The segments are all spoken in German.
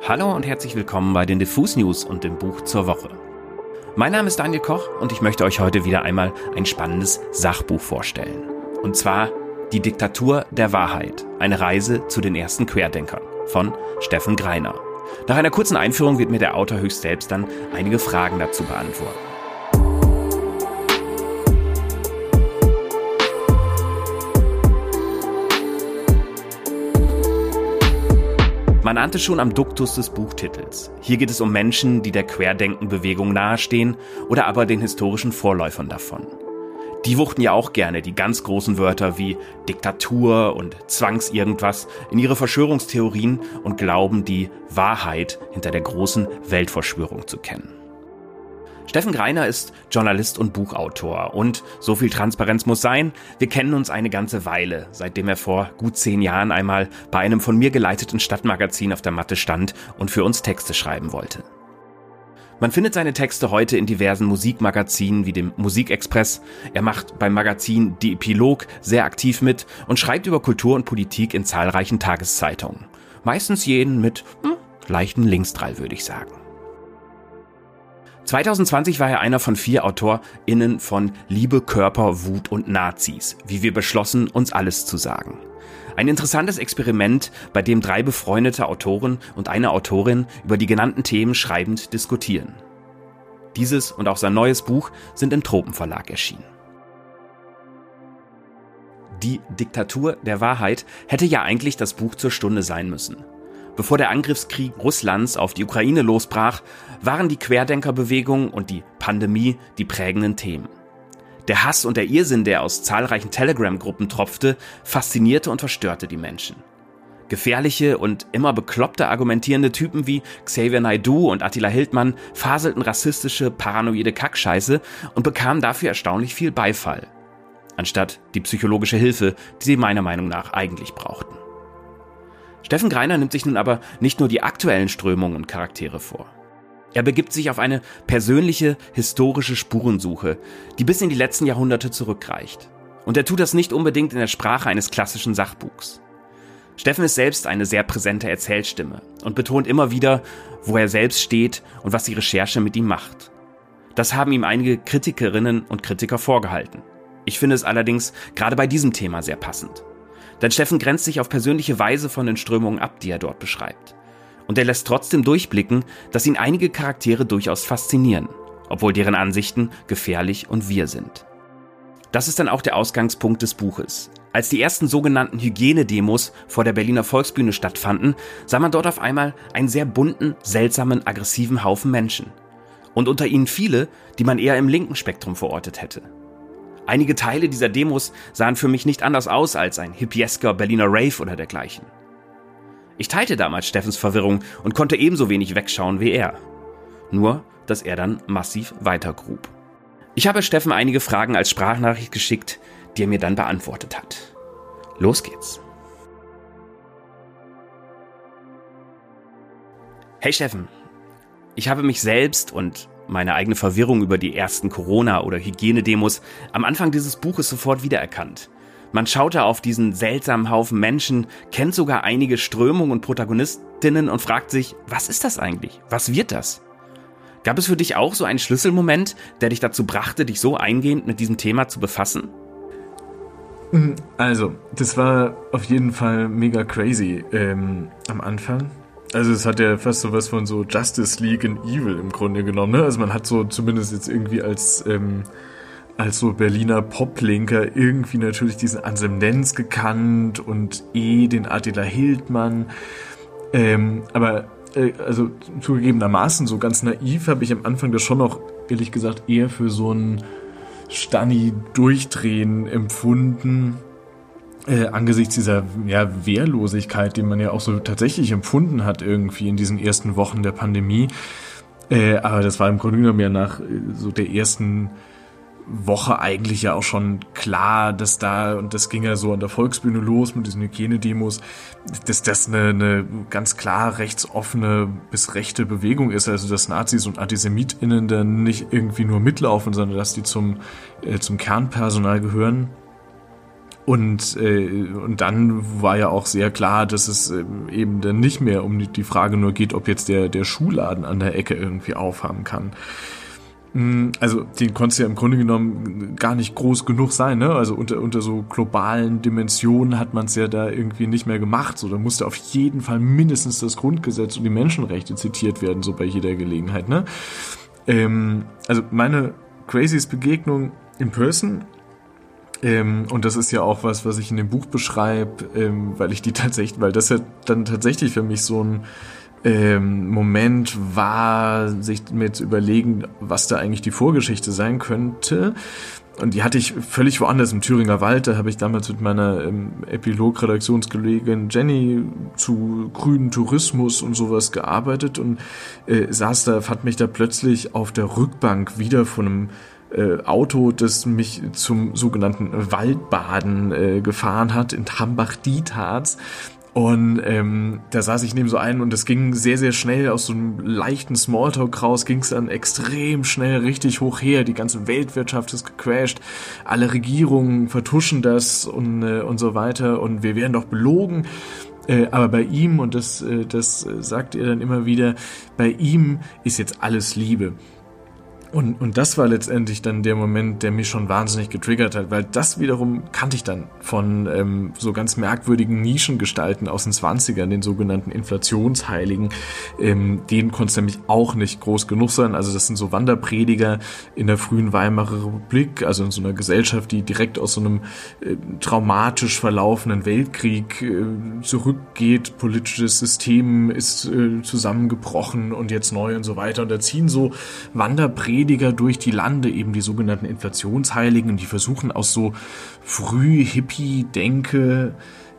Hallo und herzlich willkommen bei den Diffus News und dem Buch zur Woche. Mein Name ist Daniel Koch und ich möchte euch heute wieder einmal ein spannendes Sachbuch vorstellen. Und zwar Die Diktatur der Wahrheit, eine Reise zu den ersten Querdenkern von Steffen Greiner. Nach einer kurzen Einführung wird mir der Autor höchst selbst dann einige Fragen dazu beantworten. Man ahnte schon am Duktus des Buchtitels. Hier geht es um Menschen, die der Querdenkenbewegung nahestehen oder aber den historischen Vorläufern davon. Die wuchten ja auch gerne die ganz großen Wörter wie Diktatur und Zwangsirgendwas in ihre Verschwörungstheorien und glauben, die Wahrheit hinter der großen Weltverschwörung zu kennen. Steffen Greiner ist Journalist und Buchautor und so viel Transparenz muss sein, wir kennen uns eine ganze Weile, seitdem er vor gut 10 Jahren einmal bei einem von mir geleiteten Stadtmagazin auf der Matte stand und für uns Texte schreiben wollte. Man findet seine Texte heute in diversen Musikmagazinen wie dem Musikexpress. Er macht beim Magazin Die Epilog sehr aktiv mit und schreibt über Kultur und Politik in zahlreichen Tageszeitungen. Meistens jeden mit leichten Linksdrall, würde ich sagen. 2020 war er einer von 4 AutorInnen von Liebe, Körper, Wut und Nazis, wie wir beschlossen, uns alles zu sagen. Ein interessantes Experiment, bei dem 3 befreundete Autoren und eine Autorin über die genannten Themen schreibend diskutieren. Dieses und auch sein neues Buch sind im Tropenverlag erschienen. Die Diktatur der Wahrheit hätte ja eigentlich das Buch zur Stunde sein müssen. Bevor der Angriffskrieg Russlands auf die Ukraine losbrach, waren die Querdenkerbewegung und die Pandemie die prägenden Themen. Der Hass und der Irrsinn, der aus zahlreichen Telegram-Gruppen tropfte, faszinierte und verstörte die Menschen. Gefährliche und immer bekloppter argumentierende Typen wie Xavier Naidoo und Attila Hildmann faselten rassistische, paranoide Kackscheiße und bekamen dafür erstaunlich viel Beifall, anstatt die psychologische Hilfe, die sie meiner Meinung nach eigentlich brauchten. Steffen Greiner nimmt sich nun aber nicht nur die aktuellen Strömungen und Charaktere vor. Er begibt sich auf eine persönliche, historische Spurensuche, die bis in die letzten Jahrhunderte zurückreicht. Und er tut das nicht unbedingt in der Sprache eines klassischen Sachbuchs. Steffen ist selbst eine sehr präsente Erzählstimme und betont immer wieder, wo er selbst steht und was die Recherche mit ihm macht. Das haben ihm einige Kritikerinnen und Kritiker vorgehalten. Ich finde es allerdings gerade bei diesem Thema sehr passend. Denn Steffen grenzt sich auf persönliche Weise von den Strömungen ab, die er dort beschreibt. Und er lässt trotzdem durchblicken, dass ihn einige Charaktere durchaus faszinieren, obwohl deren Ansichten gefährlich und wirr sind. Das ist dann auch der Ausgangspunkt des Buches. Als die ersten sogenannten Hygienedemos vor der Berliner Volksbühne stattfanden, sah man dort auf einmal einen sehr bunten, seltsamen, aggressiven Haufen Menschen. Und unter ihnen viele, die man eher im linken Spektrum verortet hätte. Einige Teile dieser Demos sahen für mich nicht anders aus als ein hippiesker Berliner Rave oder dergleichen. Ich teilte damals Steffens Verwirrung und konnte ebenso wenig wegschauen wie er. Nur, dass er dann massiv weitergrub. Ich habe Steffen einige Fragen als Sprachnachricht geschickt, die er mir dann beantwortet hat. Los geht's. Hey Steffen, ich habe mich selbst und meine eigene Verwirrung über die ersten Corona- oder Hygienedemos am Anfang dieses Buches sofort wiedererkannt. Man schaut da auf diesen seltsamen Haufen Menschen, kennt sogar einige Strömungen und Protagonistinnen und fragt sich, was ist das eigentlich? Was wird das? Gab es für dich auch so einen Schlüsselmoment, der dich dazu brachte, dich so eingehend mit diesem Thema zu befassen? Also, das war auf jeden Fall mega crazy am Anfang. Also es hat ja fast sowas von so Justice League and Evil im Grunde genommen, ne? Also man hat so zumindest jetzt irgendwie als so Berliner Poplinker irgendwie natürlich diesen Anselm Lenz gekannt und den Attila Hildmann. Aber also zugegebenermaßen so ganz naiv habe ich am Anfang das schon noch, ehrlich gesagt, eher für so ein Stani-Durchdrehen empfunden. Angesichts dieser Wehrlosigkeit, die man ja auch so tatsächlich empfunden hat irgendwie in diesen ersten Wochen der Pandemie. Aber das war im Grunde genommen ja nach so der ersten Woche eigentlich ja auch schon klar, dass da, und das ging ja so an der Volksbühne los mit diesen Hygienedemos, dass das eine ganz klar rechtsoffene bis rechte Bewegung ist, also dass Nazis und AntisemitInnen dann nicht irgendwie nur mitlaufen, sondern dass die zum Kernpersonal gehören. Und dann war ja auch sehr klar, dass es eben dann nicht mehr um die Frage nur geht, ob jetzt der Schuhladen an der Ecke irgendwie aufhaben kann. Also den konnte es ja im Grunde genommen gar nicht groß genug sein, ne? Also unter so globalen Dimensionen hat man es ja da irgendwie nicht mehr gemacht. So, da musste auf jeden Fall mindestens das Grundgesetz und die Menschenrechte zitiert werden, so bei jeder Gelegenheit, ne? Also meine Crazys Begegnung in Person, und das ist ja auch was ich in dem Buch beschreibe, weil das ja dann tatsächlich für mich so ein Moment war, sich mir zu überlegen, was da eigentlich die Vorgeschichte sein könnte. Und die hatte ich völlig woanders im Thüringer Wald. Da habe ich damals mit meiner Epilog-Redaktionskollegin Jenny zu grünen Tourismus und sowas gearbeitet und fand mich da plötzlich auf der Rückbank wieder von einem Auto, das mich zum sogenannten Waldbaden gefahren hat in Hambach-Dietharz. Und da saß ich neben so einem und das ging sehr, sehr schnell. Aus so einem leichten Smalltalk raus ging es dann extrem schnell richtig hoch her. Die ganze Weltwirtschaft ist gecrashed. Alle Regierungen vertuschen das und so weiter. Und wir werden doch belogen. Aber bei ihm, und das sagt er dann immer wieder, bei ihm ist jetzt alles Liebe. Und das war letztendlich dann der Moment, der mich schon wahnsinnig getriggert hat, weil das wiederum kannte ich dann von so ganz merkwürdigen Nischengestalten aus den 20ern, den sogenannten Inflationsheiligen. Denen konnte es nämlich auch nicht groß genug sein. Also das sind so Wanderprediger in der frühen Weimarer Republik, also in so einer Gesellschaft, die direkt aus so einem traumatisch verlaufenden Weltkrieg zurückgeht. Politisches System ist zusammengebrochen und jetzt neu und so weiter. Und da ziehen so Wanderprediger durch die Lande, eben die sogenannten Inflationsheiligen, und die versuchen aus so früh Hippie-Denke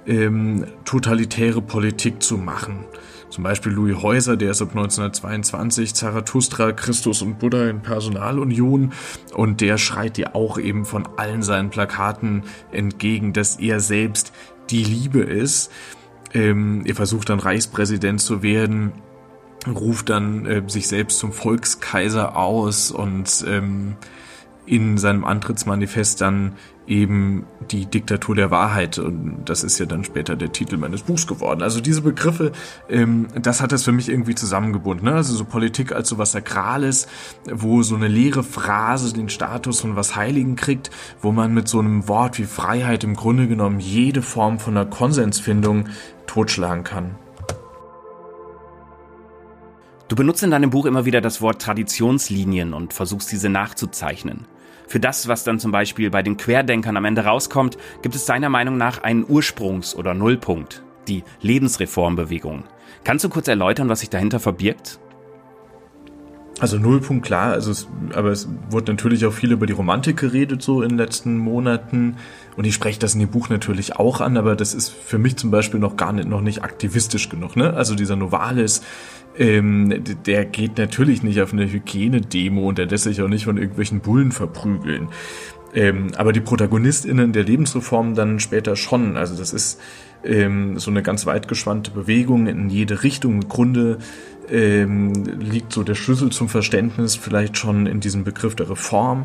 totalitäre Politik zu machen. Zum Beispiel Louis Heuser, der ist ab 1922 Zarathustra, Christus und Buddha in Personalunion, und der schreit dir auch eben von allen seinen Plakaten entgegen, dass er selbst die Liebe ist. Er versucht dann Reichspräsident zu werden, ruft dann sich selbst zum Volkskaiser aus und in seinem Antrittsmanifest dann eben die Diktatur der Wahrheit, und das ist ja dann später der Titel meines Buchs geworden. Also diese Begriffe, das hat das für mich irgendwie zusammengebunden, ne? Also so Politik als so was Sakrales, wo so eine leere Phrase den Status von was Heiligen kriegt, wo man mit so einem Wort wie Freiheit im Grunde genommen jede Form von einer Konsensfindung totschlagen kann. Du benutzt in deinem Buch immer wieder das Wort Traditionslinien und versuchst, diese nachzuzeichnen. Für das, was dann zum Beispiel bei den Querdenkern am Ende rauskommt, gibt es deiner Meinung nach einen Ursprungs- oder Nullpunkt, die Lebensreformbewegung. Kannst du kurz erläutern, was sich dahinter verbirgt? Also Nullpunkt, klar, aber es wurde natürlich auch viel über die Romantik geredet so in den letzten Monaten, und ich spreche das in dem Buch natürlich auch an, aber das ist für mich zum Beispiel noch nicht aktivistisch genug, ne? Also dieser Novalis, der geht natürlich nicht auf eine Hygienedemo und der lässt sich auch nicht von irgendwelchen Bullen verprügeln. Aber die ProtagonistInnen der Lebensreform dann später schon. Also das ist so eine ganz weitgespannte Bewegung in jede Richtung. Im Grunde liegt so der Schlüssel zum Verständnis vielleicht schon in diesem Begriff der Reform.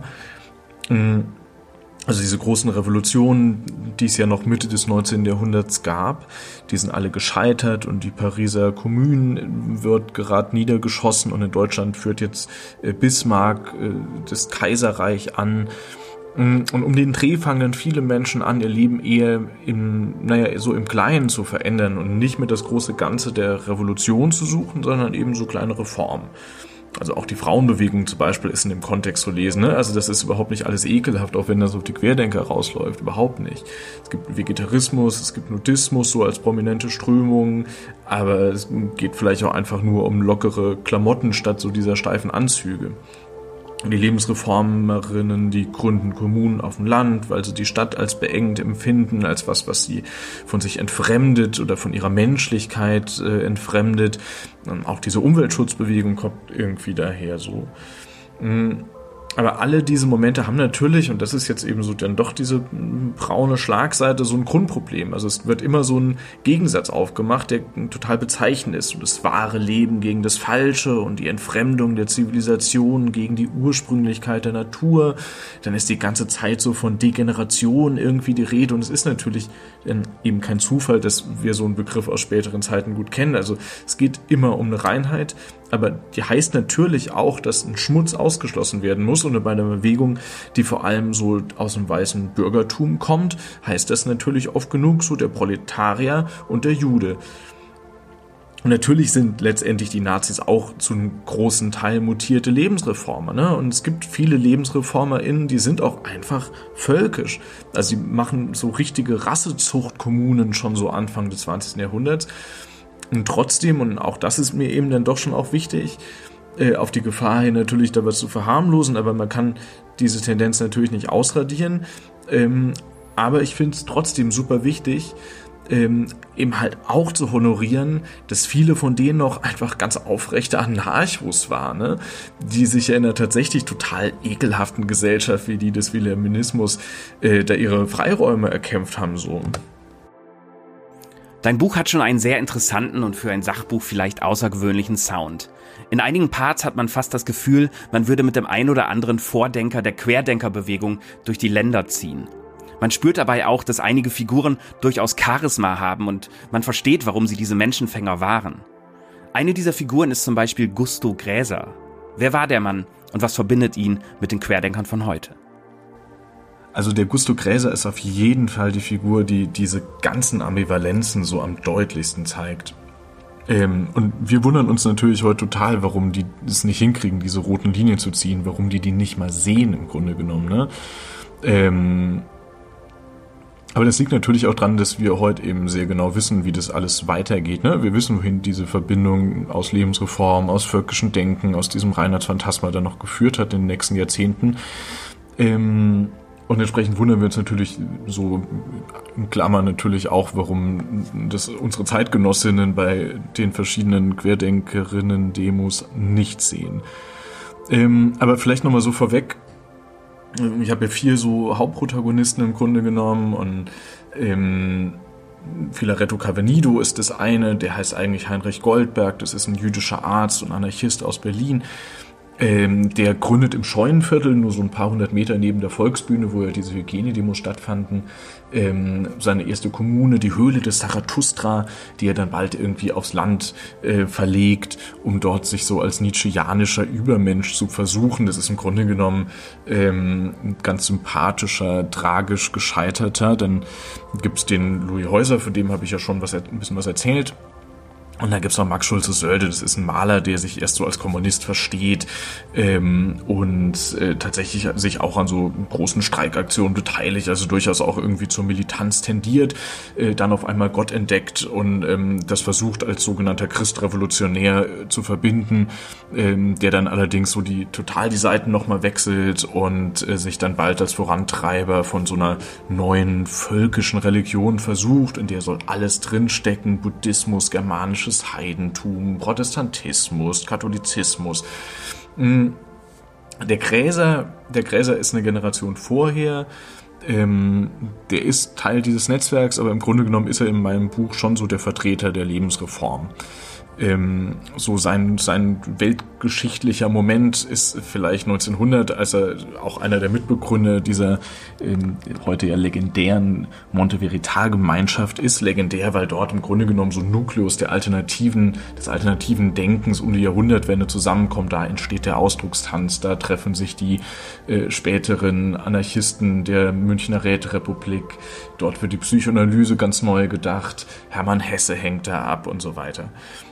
Also diese großen Revolutionen, die es ja noch Mitte des 19. Jahrhunderts gab, die sind alle gescheitert, und die Pariser Kommune wird gerade niedergeschossen, und in Deutschland führt jetzt Bismarck das Kaiserreich an. Und um den Dreh fangen dann viele Menschen an, ihr Leben eher so im Kleinen zu verändern und nicht mehr das große Ganze der Revolution zu suchen, sondern eben so kleine Reformen. Also auch die Frauenbewegung zum Beispiel ist in dem Kontext zu lesen, ne? Also das ist überhaupt nicht alles ekelhaft, auch wenn das auf die Querdenker rausläuft, überhaupt nicht. Es gibt Vegetarismus, es gibt Nudismus so als prominente Strömung, aber es geht vielleicht auch einfach nur um lockere Klamotten statt so dieser steifen Anzüge. Die Lebensreformerinnen, die gründen Kommunen auf dem Land, weil sie die Stadt als beengt empfinden, als was sie von sich entfremdet oder von ihrer Menschlichkeit entfremdet. Und auch diese Umweltschutzbewegung kommt irgendwie daher so. Aber alle diese Momente haben natürlich, und das ist jetzt eben so dann doch diese braune Schlagseite, so ein Grundproblem. Also es wird immer so ein Gegensatz aufgemacht, der total bezeichnend ist. So das wahre Leben gegen das Falsche und die Entfremdung der Zivilisation gegen die Ursprünglichkeit der Natur. Dann ist die ganze Zeit so von Degeneration irgendwie die Rede. Und es ist natürlich eben kein Zufall, dass wir so einen Begriff aus späteren Zeiten gut kennen. Also es geht immer um eine Reinheit. Aber die heißt natürlich auch, dass ein Schmutz ausgeschlossen werden muss. Und bei einer Bewegung, die vor allem so aus dem weißen Bürgertum kommt, heißt das natürlich oft genug so der Proletarier und der Jude. Und natürlich sind letztendlich die Nazis auch zu einem großen Teil mutierte Lebensreformer, ne? Und es gibt viele LebensreformerInnen, die sind auch einfach völkisch. Also sie machen so richtige Rassezuchtkommunen schon so Anfang des 20. Jahrhunderts. Und trotzdem, und auch das ist mir eben dann doch schon auch wichtig, auf die Gefahr hin natürlich da was zu verharmlosen, aber man kann diese Tendenz natürlich nicht ausradieren. Aber ich finde es trotzdem super wichtig, eben halt auch zu honorieren, dass viele von denen noch einfach ganz aufrechte Anarchos waren, ne? Die sich ja in einer tatsächlich total ekelhaften Gesellschaft wie die des Wilhelminismus da ihre Freiräume erkämpft haben, so. Dein Buch hat schon einen sehr interessanten und für ein Sachbuch vielleicht außergewöhnlichen Sound. In einigen Parts hat man fast das Gefühl, man würde mit dem ein oder anderen Vordenker der Querdenkerbewegung durch die Länder ziehen. Man spürt dabei auch, dass einige Figuren durchaus Charisma haben und man versteht, warum sie diese Menschenfänger waren. Eine dieser Figuren ist zum Beispiel Gusto Gräser. Wer war der Mann und was verbindet ihn mit den Querdenkern von heute? Also der Gusto Gräser ist auf jeden Fall die Figur, die diese ganzen Ambivalenzen so am deutlichsten zeigt. Und wir wundern uns natürlich heute total, warum die es nicht hinkriegen, diese roten Linien zu ziehen, warum die nicht mal sehen im Grunde genommen, ne? Aber das liegt natürlich auch daran, dass wir heute eben sehr genau wissen, wie das alles weitergeht, ne? Wir wissen, wohin diese Verbindung aus Lebensreform, aus völkischem Denken, aus diesem Reinheitsphantasma dann noch geführt hat in den nächsten Jahrzehnten. Und entsprechend wundern wir uns natürlich so in Klammern natürlich auch, warum das unsere Zeitgenossinnen bei den verschiedenen Querdenkerinnen-Demos nicht sehen. Aber vielleicht nochmal so vorweg, ich habe ja 4 so Hauptprotagonisten im Grunde genommen und Filaretto Cavenido ist das eine, der heißt eigentlich Heinrich Goldberg, das ist ein jüdischer Arzt und Anarchist aus Berlin. Der gründet im Scheunenviertel, nur so ein paar hundert Meter neben der Volksbühne, wo ja diese Hygienedemos stattfanden, seine erste Kommune, die Höhle des Zarathustra, die er dann bald irgendwie aufs Land verlegt, um dort sich so als nietzscheanischer Übermensch zu versuchen. Das ist im Grunde genommen ein ganz sympathischer, tragisch gescheiterter. Dann gibt's den Louis Heuser, von dem habe ich ja schon ein bisschen was erzählt. Und dann gibt's noch Max Schulze-Sölde, das ist ein Maler, der sich erst so als Kommunist versteht und tatsächlich sich auch an so großen Streikaktionen beteiligt, also durchaus auch irgendwie zur Militanz tendiert, dann auf einmal Gott entdeckt und das versucht als sogenannter Christrevolutionär zu verbinden, der dann allerdings so total die Seiten nochmal wechselt und sich dann bald als Vorantreiber von so einer neuen völkischen Religion versucht, in der soll alles drinstecken, Buddhismus, germanisches Heidentum, Protestantismus, Katholizismus. Der Gräser ist eine Generation vorher, der ist Teil dieses Netzwerks, aber im Grunde genommen ist er in meinem Buch schon so der Vertreter der Lebensreform. So sein weltgeschichtlicher Moment ist vielleicht 1900, als er auch einer der Mitbegründer dieser heute ja legendären Monte Verita Gemeinschaft ist. Legendär, weil dort im Grunde genommen so ein Nukleus des alternativen Denkens um die Jahrhundertwende zusammenkommt. Da entsteht der Ausdruckstanz, da treffen sich die späteren Anarchisten der Münchner Räterepublik. Dort wird die Psychoanalyse ganz neu gedacht. Hermann Hesse hängt da ab und so weiter.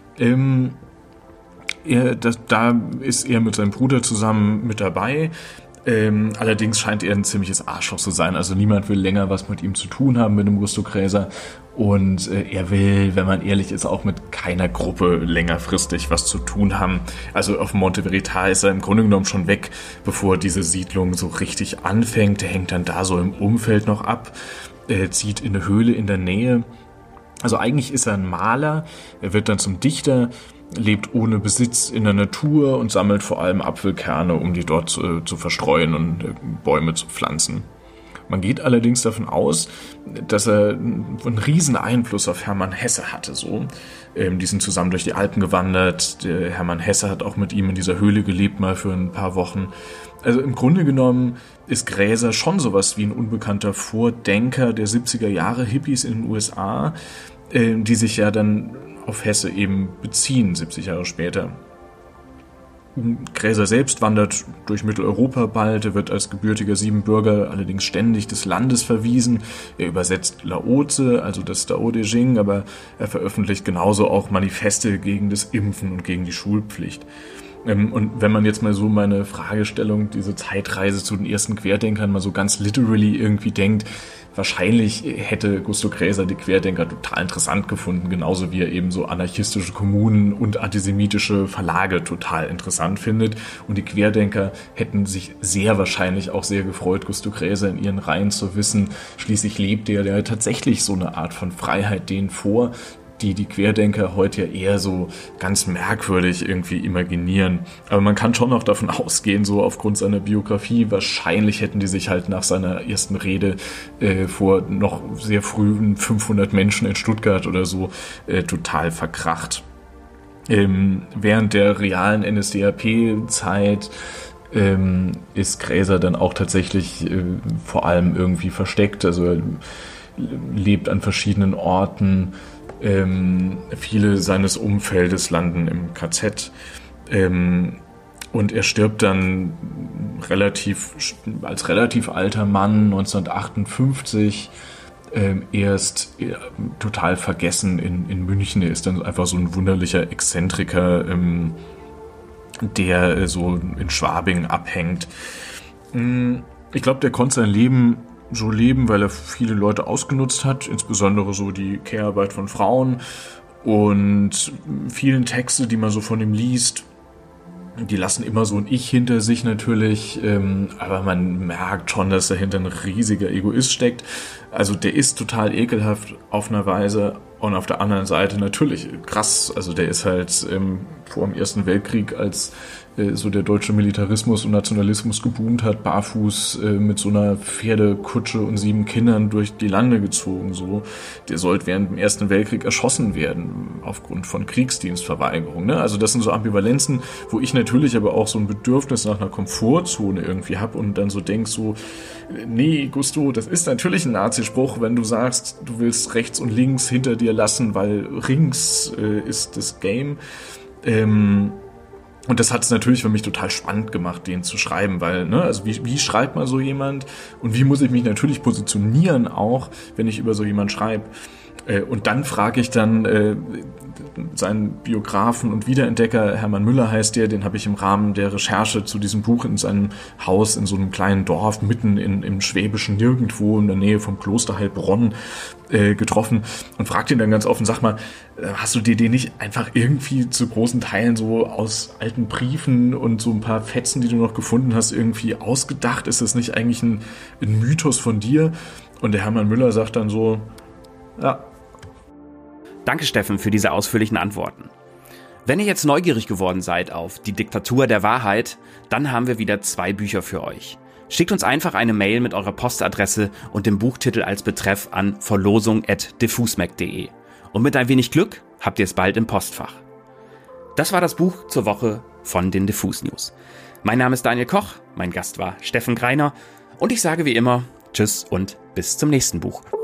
Da ist er mit seinem Bruder zusammen mit dabei. Allerdings scheint er ein ziemliches Arschloch zu sein. Also niemand will länger was mit ihm zu tun haben, mit dem Gusto Gräser. Und er will, wenn man ehrlich ist, auch mit keiner Gruppe längerfristig was zu tun haben. Also auf Monte Verita ist er im Grunde genommen schon weg, bevor diese Siedlung so richtig anfängt. Er hängt dann da so im Umfeld noch ab, zieht in eine Höhle in der Nähe. Also eigentlich ist er ein Maler, er wird dann zum Dichter, lebt ohne Besitz in der Natur und sammelt vor allem Apfelkerne, um die dort zu verstreuen und Bäume zu pflanzen. Man geht allerdings davon aus, dass er einen riesen Einfluss auf Hermann Hesse hatte. So. Die sind zusammen durch die Alpen gewandert. Der Hermann Hesse hat auch mit ihm in dieser Höhle gelebt, mal für ein paar Wochen. Also im Grunde genommen ist Gräser schon sowas wie ein unbekannter Vordenker der 70er Jahre Hippies in den USA, die sich ja dann auf Hesse eben beziehen, 70 Jahre später. Gräser selbst wandert durch Mitteleuropa bald, er wird als gebürtiger Siebenbürger allerdings ständig des Landes verwiesen. Er übersetzt Laozi, also das Tao Te Ching, aber er veröffentlicht genauso auch Manifeste gegen das Impfen und gegen die Schulpflicht. Und wenn man jetzt mal so meine Fragestellung, diese Zeitreise zu den ersten Querdenkern mal so ganz literally irgendwie denkt, wahrscheinlich hätte Gusto Gräser die Querdenker total interessant gefunden, genauso wie er eben so anarchistische Kommunen und antisemitische Verlage total interessant findet. Und die Querdenker hätten sich sehr wahrscheinlich auch sehr gefreut, Gusto Gräser in ihren Reihen zu wissen. Schließlich lebt er ja tatsächlich so eine Art von Freiheit denen vor, die Querdenker heute ja eher so ganz merkwürdig irgendwie imaginieren. Aber man kann schon noch davon ausgehen, so aufgrund seiner Biografie, wahrscheinlich hätten die sich halt nach seiner ersten Rede vor noch sehr frühen 500 Menschen in Stuttgart oder so total verkracht. Während der realen NSDAP-Zeit ist Gräser dann auch tatsächlich vor allem irgendwie versteckt, also er lebt an verschiedenen Orten. Viele seines Umfeldes landen im KZ und er stirbt dann als relativ alter Mann 1958 erst total vergessen in München. Er ist dann einfach so ein wunderlicher Exzentriker, der so in Schwabing abhängt. Ich glaube, der konnte sein Leben so leben, weil er viele Leute ausgenutzt hat, insbesondere so die Care-Arbeit von Frauen und vielen Texte, die man so von ihm liest, die lassen immer so ein Ich hinter sich natürlich, aber man merkt schon, dass dahinter ein riesiger Egoist steckt. Also der ist total ekelhaft auf einer Weise und auf der anderen Seite natürlich krass. Also der ist halt vor dem Ersten Weltkrieg, als so der deutsche Militarismus und Nationalismus geboomt hat, barfuß mit so einer Pferdekutsche und 7 Kindern durch die Lande gezogen. So, der sollte während dem Ersten Weltkrieg erschossen werden aufgrund von Kriegsdienstverweigerung. Ne? Also das sind so Ambivalenzen, wo ich natürlich aber auch so ein Bedürfnis nach einer Komfortzone irgendwie habe und dann so denk so, nee, Gusto, das ist natürlich ein Nazispruch, wenn du sagst, du willst rechts und links hinter dir lassen, weil rings ist das Game. Und das hat es natürlich für mich total spannend gemacht, den zu schreiben, weil, ne, also wie schreibt man so jemand und wie muss ich mich natürlich positionieren auch, wenn ich über so jemand schreibe. Und dann frage ich dann seinen Biografen und Wiederentdecker, Hermann Müller heißt der, den habe ich im Rahmen der Recherche zu diesem Buch in seinem Haus in so einem kleinen Dorf mitten im schwäbischen Nirgendwo in der Nähe vom Kloster Heilbronn getroffen und fragte ihn dann ganz offen, sag mal, hast du dir den nicht einfach irgendwie zu großen Teilen so aus alten Briefen und so ein paar Fetzen, die du noch gefunden hast, irgendwie ausgedacht? Ist das nicht eigentlich ein Mythos von dir? Und der Hermann Müller sagt dann so, ja. Danke, Steffen, für diese ausführlichen Antworten. Wenn ihr jetzt neugierig geworden seid auf die Diktatur der Wahrheit, dann haben wir wieder 2 Bücher für euch. Schickt uns einfach eine Mail mit eurer Postadresse und dem Buchtitel als Betreff an verlosung@diffusmac.de. Und mit ein wenig Glück habt ihr es bald im Postfach. Das war das Buch zur Woche von den Diffus News. Mein Name ist Daniel Koch, mein Gast war Steffen Greiner und ich sage wie immer Tschüss und bis zum nächsten Buch.